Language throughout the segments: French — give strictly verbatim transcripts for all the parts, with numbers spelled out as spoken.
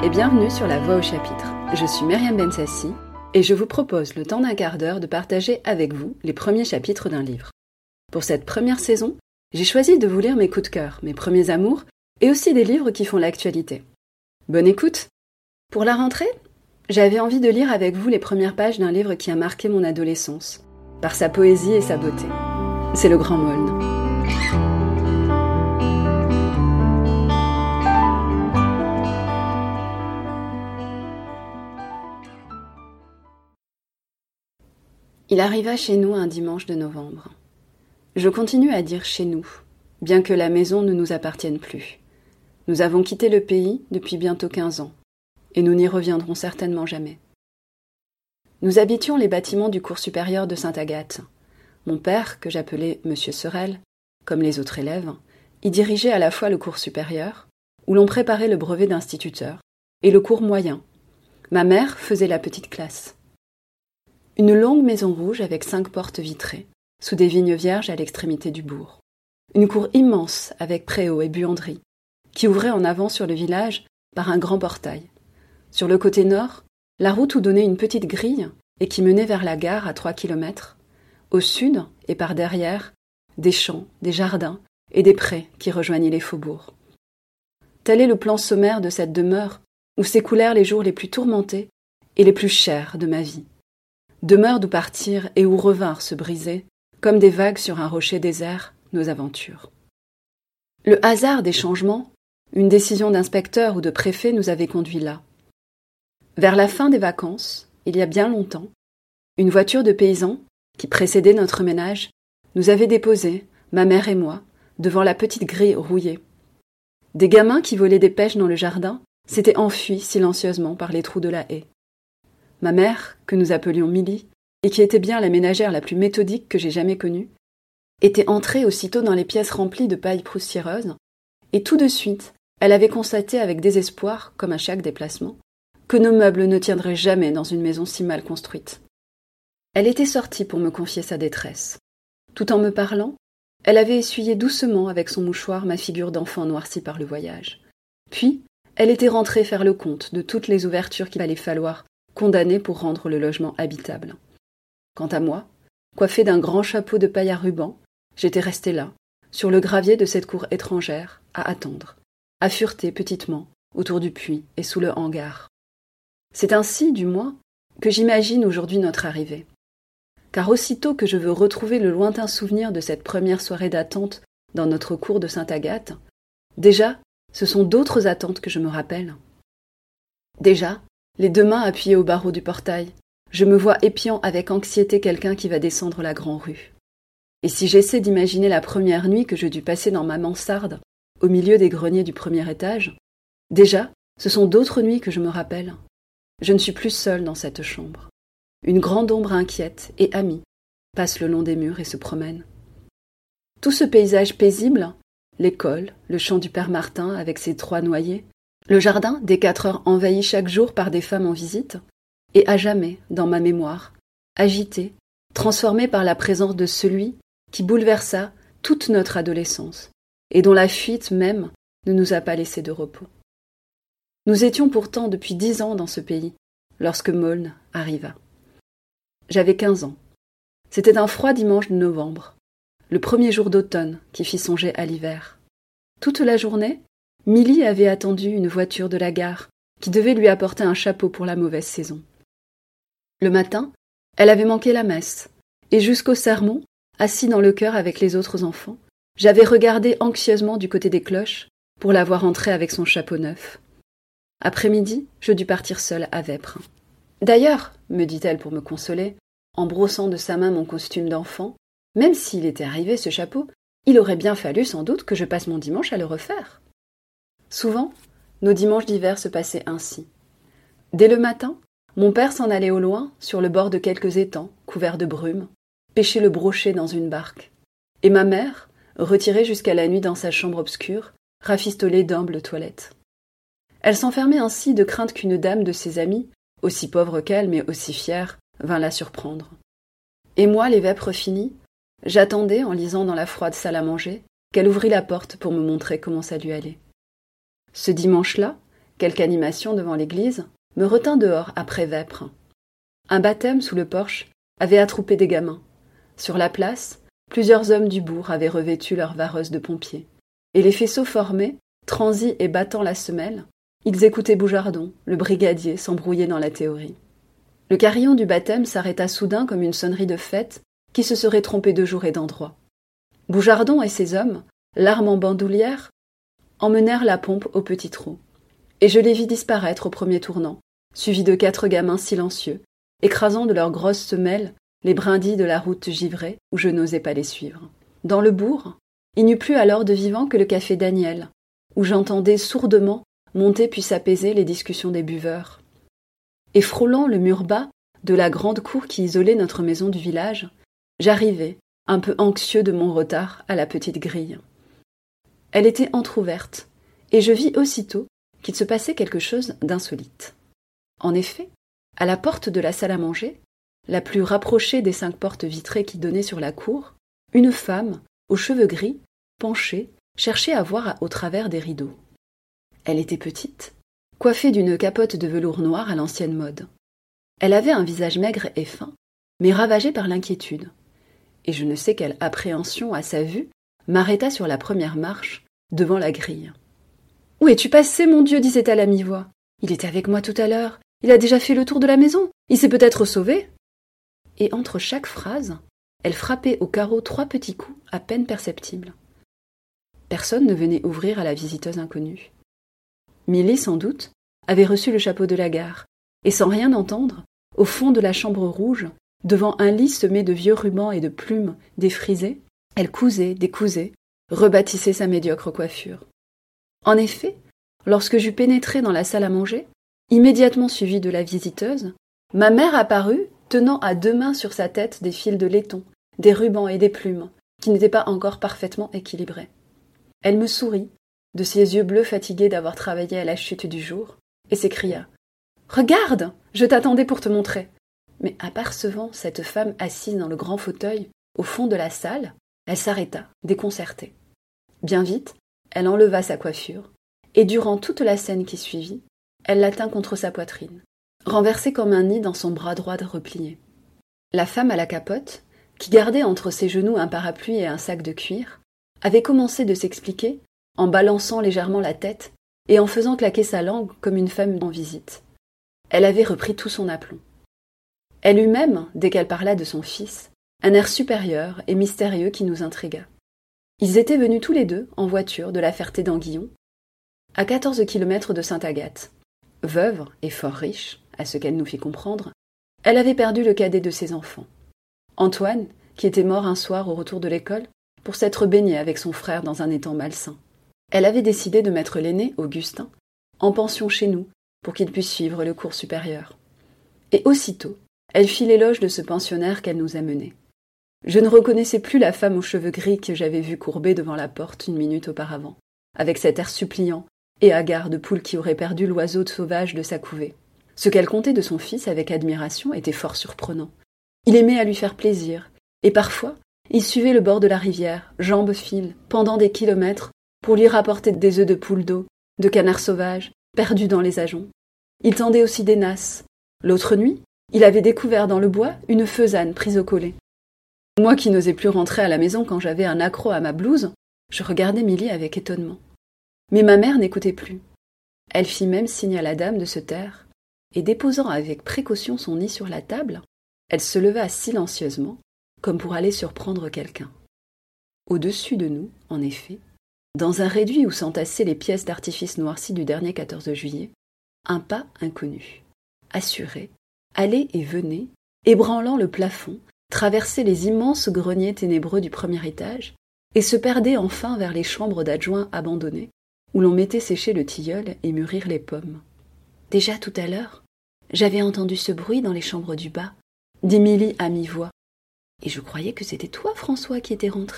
et bienvenue sur La Voix au chapitre. Je suis Myriam Bensassi et je vous propose le temps d'un quart d'heure de partager avec vous les premiers chapitres d'un livre. Pour cette première saison, j'ai choisi de vous lire mes coups de cœur, mes premiers amours et aussi des livres qui font l'actualité. Bonne écoute! Pour la rentrée, j'avais envie de lire avec vous les premières pages d'un livre qui a marqué mon adolescence, par sa poésie et sa beauté. C'est Le Grand Maulne. Il arriva chez nous un dimanche de novembre. Je continue à dire chez nous, bien que la maison ne nous appartienne plus. Nous avons quitté le pays depuis bientôt quinze ans, et nous n'y reviendrons certainement jamais. Nous habitions les bâtiments du cours supérieur de Sainte-Agathe. Mon père, que j'appelais Monsieur Sorel, comme les autres élèves, y dirigeait à la fois le cours supérieur, où l'on préparait le brevet d'instituteur, et le cours moyen. Ma mère faisait la petite classe. Une longue maison rouge avec cinq portes vitrées, sous des vignes vierges à l'extrémité du bourg. Une cour immense avec préau et buanderie, qui ouvrait en avant sur le village par un grand portail. Sur le côté nord, la route où donnait une petite grille et qui menait vers la gare à trois kilomètres. Au sud et par derrière, des champs, des jardins et des prés qui rejoignaient les faubourgs. Tel est le plan sommaire de cette demeure où s'écoulèrent les jours les plus tourmentés et les plus chers de ma vie. Demeure d'où partir et où revinrent se briser, comme des vagues sur un rocher désert, nos aventures. Le hasard des changements, une décision d'inspecteur ou de préfet nous avait conduits là. Vers la fin des vacances, il y a bien longtemps, une voiture de paysan, qui précédait notre ménage, nous avait déposés, ma mère et moi, devant la petite grille rouillée. Des gamins qui volaient des pêches dans le jardin s'étaient enfuis silencieusement par les trous de la haie. Ma mère, que nous appelions Milly, et qui était bien la ménagère la plus méthodique que j'ai jamais connue, était entrée aussitôt dans les pièces remplies de paille poussiéreuse, et tout de suite, elle avait constaté avec désespoir, comme à chaque déplacement, que nos meubles ne tiendraient jamais dans une maison si mal construite. Elle était sortie pour me confier sa détresse. Tout en me parlant, elle avait essuyé doucement avec son mouchoir ma figure d'enfant noircie par le voyage. Puis, elle était rentrée faire le compte de toutes les ouvertures qu'il allait falloir condamné pour rendre le logement habitable. Quant à moi, coiffée d'un grand chapeau de paille à ruban, j'étais restée là, sur le gravier de cette cour étrangère, à attendre, à fureter petitement, autour du puits et sous le hangar. C'est ainsi, du moins, que j'imagine aujourd'hui notre arrivée. Car aussitôt que je veux retrouver le lointain souvenir de cette première soirée d'attente dans notre cour de Sainte-Agathe, déjà, ce sont d'autres attentes que je me rappelle. Déjà, les deux mains appuyées au barreau du portail, je me vois épiant avec anxiété quelqu'un qui va descendre la grande rue. Et si j'essaie d'imaginer la première nuit que je dus passer dans ma mansarde, au milieu des greniers du premier étage, déjà, ce sont d'autres nuits que je me rappelle. Je ne suis plus seule dans cette chambre. Une grande ombre inquiète et amie passe le long des murs et se promène. Tout ce paysage paisible, l'école, le champ du père Martin avec ses trois noyers, le jardin des quatre heures envahi chaque jour par des femmes en visite, est à jamais dans ma mémoire, agité, transformé par la présence de celui qui bouleversa toute notre adolescence, et dont la fuite même ne nous a pas laissé de repos. Nous étions pourtant depuis dix ans dans ce pays, lorsque Maulne arriva. J'avais quinze ans. C'était un froid dimanche de novembre, le premier jour d'automne qui fit songer à l'hiver. Toute la journée, Milly avait attendu une voiture de la gare qui devait lui apporter un chapeau pour la mauvaise saison. Le matin, elle avait manqué la messe, et jusqu'au sermon, assis dans le chœur avec les autres enfants, j'avais regardé anxieusement du côté des cloches pour la voir entrer avec son chapeau neuf. Après-midi, je dus partir seule à Vêpres. « D'ailleurs, me dit-elle pour me consoler, en brossant de sa main mon costume d'enfant, même s'il était arrivé ce chapeau, il aurait bien fallu sans doute que je passe mon dimanche à le refaire. » Souvent, nos dimanches d'hiver se passaient ainsi. Dès le matin, mon père s'en allait au loin, sur le bord de quelques étangs, couverts de brume, pêcher le brochet dans une barque. Et ma mère, retirée jusqu'à la nuit dans sa chambre obscure, rafistolait d'humbles toilettes. Elle s'enfermait ainsi de crainte qu'une dame de ses amies, aussi pauvre qu'elle mais aussi fière, vint la surprendre. Et moi, les vêpres finies, j'attendais, en lisant dans la froide salle à manger, qu'elle ouvrît la porte pour me montrer comment ça lui allait. Ce dimanche-là, quelque animation devant l'église, me retint dehors après vêpres. Un baptême sous le porche avait attroupé des gamins. Sur la place, plusieurs hommes du bourg avaient revêtu leurs vareuses de pompiers. Et les faisceaux formés, transis et battant la semelle, ils écoutaient Boujardon, le brigadier, s'embrouiller dans la théorie. Le carillon du baptême s'arrêta soudain comme une sonnerie de fête qui se serait trompée de jour et d'endroit. Boujardon et ses hommes, l'arme en bandoulière, emmenèrent la pompe au petit trou. Et je les vis disparaître au premier tournant, suivis de quatre gamins silencieux, écrasant de leurs grosses semelles les brindilles de la route givrée où je n'osais pas les suivre. Dans le bourg, il n'y eut plus alors de vivant que le café Daniel, où j'entendais sourdement monter puis s'apaiser les discussions des buveurs. Et frôlant le mur bas de la grande cour qui isolait notre maison du village, j'arrivai, un peu anxieux de mon retard, à la petite grille. Elle était entr'ouverte, et je vis aussitôt qu'il se passait quelque chose d'insolite. En effet, à la porte de la salle à manger, la plus rapprochée des cinq portes vitrées qui donnaient sur la cour, une femme, aux cheveux gris, penchée, cherchait à voir au travers des rideaux. Elle était petite, coiffée d'une capote de velours noir à l'ancienne mode. Elle avait un visage maigre et fin, mais ravagé par l'inquiétude. Et je ne sais quelle appréhension à sa vue m'arrêta sur la première marche, devant la grille. « Où es-tu passé, mon Dieu » disait-elle à mi-voix. « Il était avec moi tout à l'heure. Il a déjà fait le tour de la maison. Il s'est peut-être sauvé. » Et entre chaque phrase, elle frappait au carreau trois petits coups à peine perceptibles. Personne ne venait ouvrir à la visiteuse inconnue. Milly, sans doute, avait reçu le chapeau de la gare, et sans rien entendre, au fond de la chambre rouge, devant un lit semé de vieux rubans et de plumes défrisées, elle cousait, décousait, rebâtissait sa médiocre coiffure. En effet, lorsque j'eus pénétré dans la salle à manger, immédiatement suivie de la visiteuse, ma mère apparut, tenant à deux mains sur sa tête des fils de laiton, des rubans et des plumes, qui n'étaient pas encore parfaitement équilibrés. Elle me sourit, de ses yeux bleus fatigués d'avoir travaillé à la chute du jour, et s'écria « Regarde, je t'attendais pour te montrer !» Mais apercevant cette femme assise dans le grand fauteuil, au fond de la salle, elle s'arrêta, déconcertée. Bien vite, elle enleva sa coiffure, et durant toute la scène qui suivit, elle la tint contre sa poitrine, renversée comme un nid dans son bras droit replié. La femme à la capote, qui gardait entre ses genoux un parapluie et un sac de cuir, avait commencé de s'expliquer en balançant légèrement la tête et en faisant claquer sa langue comme une femme en visite. Elle avait repris tout son aplomb. Elle eut même, dès qu'elle parla de son fils, un air supérieur et mystérieux qui nous intrigua. Ils étaient venus tous les deux, en voiture, de la Ferté-d'Anguillon, à quatorze kilomètres de Sainte-Agathe. Veuve et fort riche, à ce qu'elle nous fit comprendre, elle avait perdu le cadet de ses enfants. Antoine, qui était mort un soir au retour de l'école, pour s'être baigné avec son frère dans un étang malsain. Elle avait décidé de mettre l'aîné, Augustin, en pension chez nous, pour qu'il puisse suivre le cours supérieur. Et aussitôt, elle fit l'éloge de ce pensionnaire qu'elle nous amenait. Je ne reconnaissais plus la femme aux cheveux gris que j'avais vue courbée devant la porte une minute auparavant, avec cet air suppliant et hagard de poule qui aurait perdu l'oiseau sauvage de sa couvée. Ce qu'elle contait de son fils avec admiration était fort surprenant. Il aimait à lui faire plaisir, et parfois, il suivait le bord de la rivière, jambes files, pendant des kilomètres, pour lui rapporter des œufs de poule d'eau, de canards sauvages, perdus dans les ajoncs. Il tendait aussi des nasses. L'autre nuit, il avait découvert dans le bois une faisane prise au collet. Moi qui n'osais plus rentrer à la maison quand j'avais un accroc à ma blouse, je regardais Milly avec étonnement. Mais ma mère n'écoutait plus. Elle fit même signe à la dame de se taire, et déposant avec précaution son nid sur la table, elle se leva silencieusement, comme pour aller surprendre quelqu'un. Au-dessus de nous, en effet, dans un réduit où s'entassaient les pièces d'artifice noircies du dernier quatorze juillet, un pas inconnu, assuré, allait et venait, ébranlant le plafond, traversait les immenses greniers ténébreux du premier étage et se perdait enfin vers les chambres d'adjoints abandonnées, où l'on mettait sécher le tilleul et mûrir les pommes. « Déjà tout à l'heure, j'avais entendu ce bruit dans les chambres du bas, » dit Milly à mi-voix. « Et je croyais que c'était toi, François, qui étais rentré. »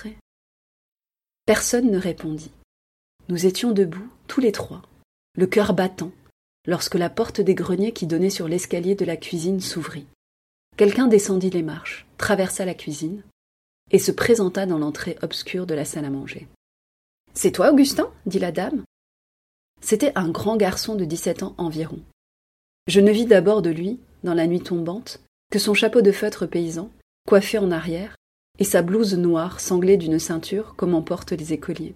Personne ne répondit. Nous étions debout, tous les trois, le cœur battant, lorsque la porte des greniers qui donnait sur l'escalier de la cuisine s'ouvrit. Quelqu'un descendit les marches, traversa la cuisine et se présenta dans l'entrée obscure de la salle à manger. « C'est toi, Augustin » dit la dame. C'était un grand garçon de dix-sept ans environ. Je ne vis d'abord de lui, dans la nuit tombante, que son chapeau de feutre paysan, coiffé en arrière, et sa blouse noire sanglée d'une ceinture comme en portent les écoliers.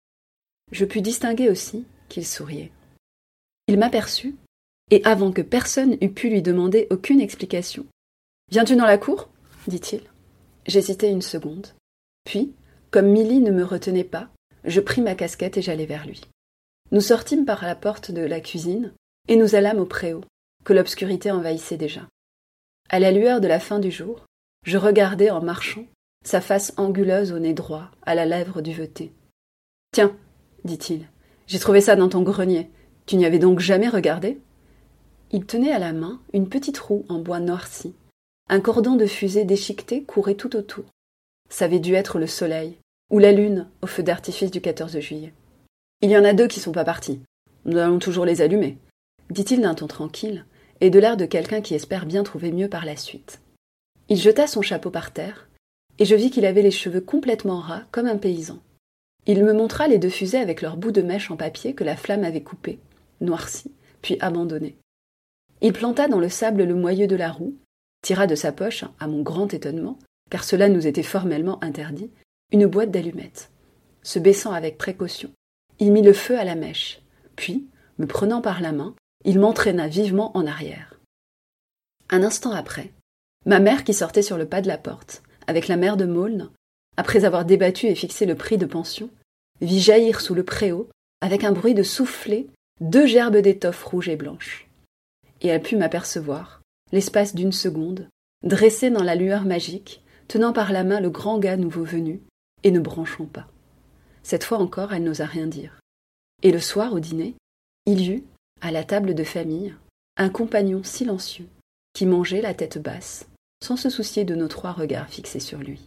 Je pus distinguer aussi qu'il souriait. Il m'aperçut, et avant que personne eût pu lui demander aucune explication. « Viens-tu dans la cour » dit-il. J'hésitai une seconde. Puis, comme Milly ne me retenait pas, je pris ma casquette et j'allai vers lui. Nous sortîmes par la porte de la cuisine et nous allâmes au préau, que l'obscurité envahissait déjà. À la lueur de la fin du jour, je regardai en marchant sa face anguleuse au nez droit, à la lèvre duvetée. « Tiens, dit-il, j'ai trouvé ça dans ton grenier. Tu n'y avais donc jamais regardé ?» Il tenait à la main une petite roue en bois noirci. Un cordon de fusée déchiqueté courait tout autour. Ça avait dû être le soleil, ou la lune au feu d'artifice du quatorze juillet. « Il y en a deux qui sont pas partis. Nous allons toujours les allumer, » dit-il d'un ton tranquille, et de l'air de quelqu'un qui espère bien trouver mieux par la suite. Il jeta son chapeau par terre, et je vis qu'il avait les cheveux complètement ras comme un paysan. Il me montra les deux fusées avec leurs bouts de mèche en papier que la flamme avait coupés, noircis, puis abandonnés. Il planta dans le sable le moyeu de la roue, tira de sa poche, à mon grand étonnement, car cela nous était formellement interdit, une boîte d'allumettes. Se baissant avec précaution, il mit le feu à la mèche, puis, me prenant par la main, il m'entraîna vivement en arrière. Un instant après, ma mère qui sortait sur le pas de la porte, avec la mère de Maulne, après avoir débattu et fixé le prix de pension, vit jaillir sous le préau, avec un bruit de soufflet, deux gerbes d'étoffe rouge et blanche. Et elle put m'apercevoir, l'espace d'une seconde, dressé dans la lueur magique, tenant par la main le grand gars nouveau venu, et ne branchant pas. Cette fois encore, elle n'osa rien dire. Et le soir, au dîner, il y eut, à la table de famille, un compagnon silencieux, qui mangeait la tête basse, sans se soucier de nos trois regards fixés sur lui.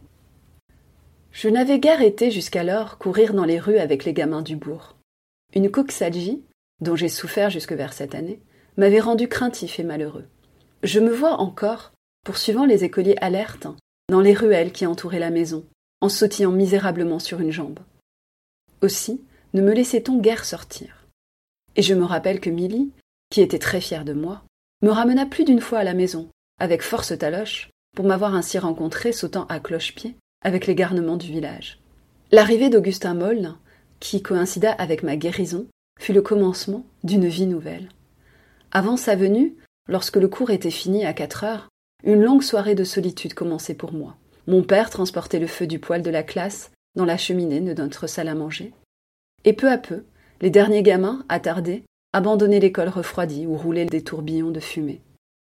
Je n'avais guère été jusqu'alors courir dans les rues avec les gamins du bourg. Une coxalgie, dont j'ai souffert jusque vers cette année, m'avait rendu craintif et malheureux. Je me vois encore, poursuivant les écoliers alertes, dans les ruelles qui entouraient la maison, en sautillant misérablement sur une jambe. Aussi, ne me laissait-on guère sortir. Et je me rappelle que Milly, qui était très fière de moi, me ramena plus d'une fois à la maison, avec force taloche, pour m'avoir ainsi rencontré sautant à cloche-pied avec les garnements du village. L'arrivée d'Augustin Maulne, qui coïncida avec ma guérison, fut le commencement d'une vie nouvelle. Avant sa venue, lorsque le cours était fini à quatre heures, une longue soirée de solitude commençait pour moi. Mon père transportait le feu du poêle de la classe dans la cheminée de notre salle à manger. Et peu à peu, les derniers gamins, attardés, abandonnaient l'école refroidie où roulaient des tourbillons de fumée.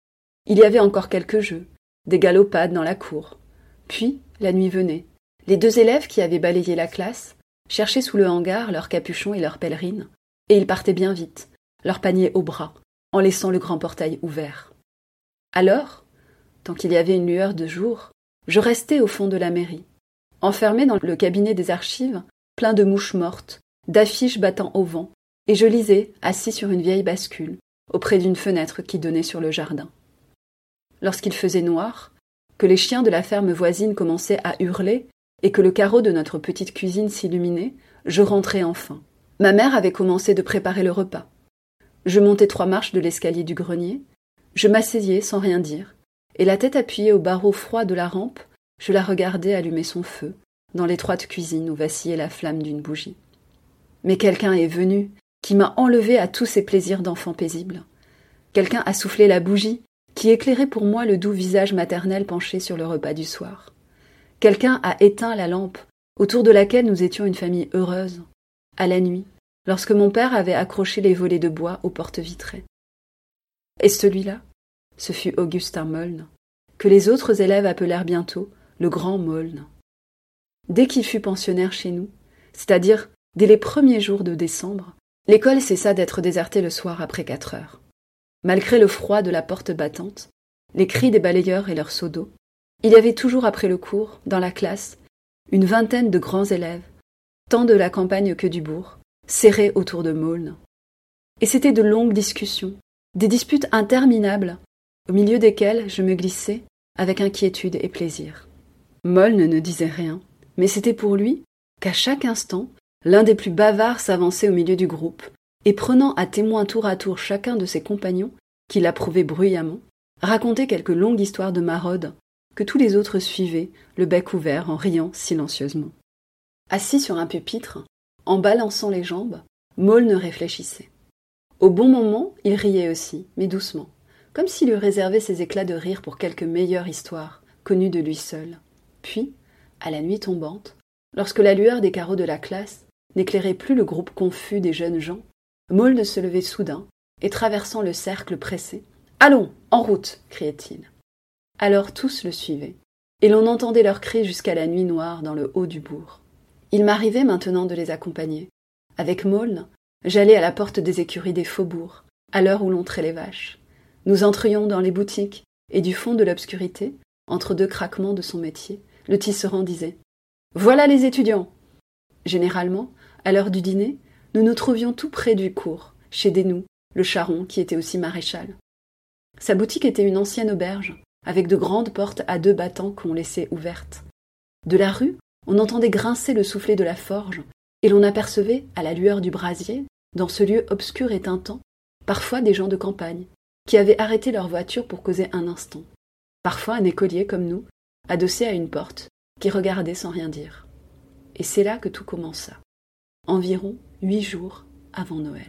Il y avait encore quelques jeux, des galopades dans la cour. Puis, la nuit venait. Les deux élèves qui avaient balayé la classe cherchaient sous le hangar leurs capuchons et leurs pèlerines, et ils partaient bien vite, leur panier au bras, en laissant le grand portail ouvert. Alors, tant qu'il y avait une lueur de jour, je restais au fond de la mairie, enfermé dans le cabinet des archives, plein de mouches mortes, d'affiches battant au vent, et je lisais, assis sur une vieille bascule, auprès d'une fenêtre qui donnait sur le jardin. Lorsqu'il faisait noir, que les chiens de la ferme voisine commençaient à hurler et que le carreau de notre petite cuisine s'illuminait, je rentrais enfin. Ma mère avait commencé de préparer le repas. Je montais trois marches de l'escalier du grenier, je m'asseyais sans rien dire, et la tête appuyée au barreau froid de la rampe, je la regardais allumer son feu, dans l'étroite cuisine où vacillait la flamme d'une bougie. Mais quelqu'un est venu, qui m'a enlevé à tous ces plaisirs d'enfant paisible. Quelqu'un a soufflé la bougie, qui éclairait pour moi le doux visage maternel penché sur le repas du soir. Quelqu'un a éteint la lampe, autour de laquelle nous étions une famille heureuse, à la nuit, lorsque mon père avait accroché les volets de bois aux portes vitrées. Et celui-là, ce fut Augustin Maulne, que les autres élèves appelèrent bientôt le grand Maulne. Dès qu'il fut pensionnaire chez nous, c'est-à-dire dès les premiers jours de décembre, l'école cessa d'être désertée le soir après quatre heures. Malgré le froid de la porte battante, les cris des balayeurs et leurs seaux d'eau, il y avait toujours après le cours, dans la classe, une vingtaine de grands élèves, tant de la campagne que du bourg, serrés autour de Maulne. Et c'étaient de longues discussions, des disputes interminables, au milieu desquelles je me glissais avec inquiétude et plaisir. Maulne ne disait rien, mais c'était pour lui qu'à chaque instant, l'un des plus bavards s'avançait au milieu du groupe et prenant à témoin tour à tour chacun de ses compagnons, qui l'approuvaient bruyamment, racontait quelques longues histoires de maraude que tous les autres suivaient, le bec ouvert, en riant silencieusement. Assis sur un pupitre, en balançant les jambes, Maule ne réfléchissait. Au bon moment, il riait aussi, mais doucement, comme s'il eût réservé ses éclats de rire pour quelque meilleure histoire, connue de lui seul. Puis, à la nuit tombante, lorsque la lueur des carreaux de la classe n'éclairait plus le groupe confus des jeunes gens, Maule se levait soudain et, traversant le cercle pressé, « Allons, en route !» criait-il. Alors tous le suivaient, et l'on entendait leurs cris jusqu'à la nuit noire dans le haut du bourg. Il m'arrivait maintenant de les accompagner. Avec Maule, j'allais à la porte des écuries des faubourgs, à l'heure où l'on trait les vaches. Nous entrions dans les boutiques, et du fond de l'obscurité, entre deux craquements de son métier, le tisserand disait « Voilà les étudiants !» Généralement, à l'heure du dîner, nous nous trouvions tout près du cours, chez Desnoux, le charron qui était aussi maréchal. Sa boutique était une ancienne auberge, avec de grandes portes à deux battants qu'on laissait ouvertes. De la rue, on entendait grincer le soufflet de la forge, et l'on apercevait, à la lueur du brasier, dans ce lieu obscur et tintant, parfois des gens de campagne, qui avaient arrêté leur voiture pour causer un instant. Parfois un écolier comme nous, adossé à une porte, qui regardait sans rien dire. Et c'est là que tout commença, environ huit jours avant Noël.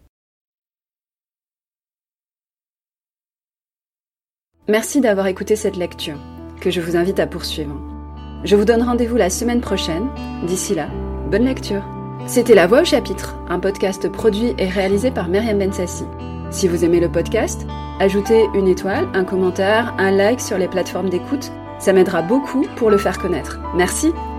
Merci d'avoir écouté cette lecture, que je vous invite à poursuivre. Je vous donne rendez-vous la semaine prochaine. D'ici là, bonne lecture. C'était La Voix au chapitre, un podcast produit et réalisé par Myriam Bensassi. Si vous aimez le podcast, ajoutez une étoile, un commentaire, un like sur les plateformes d'écoute. Ça m'aidera beaucoup pour le faire connaître. Merci.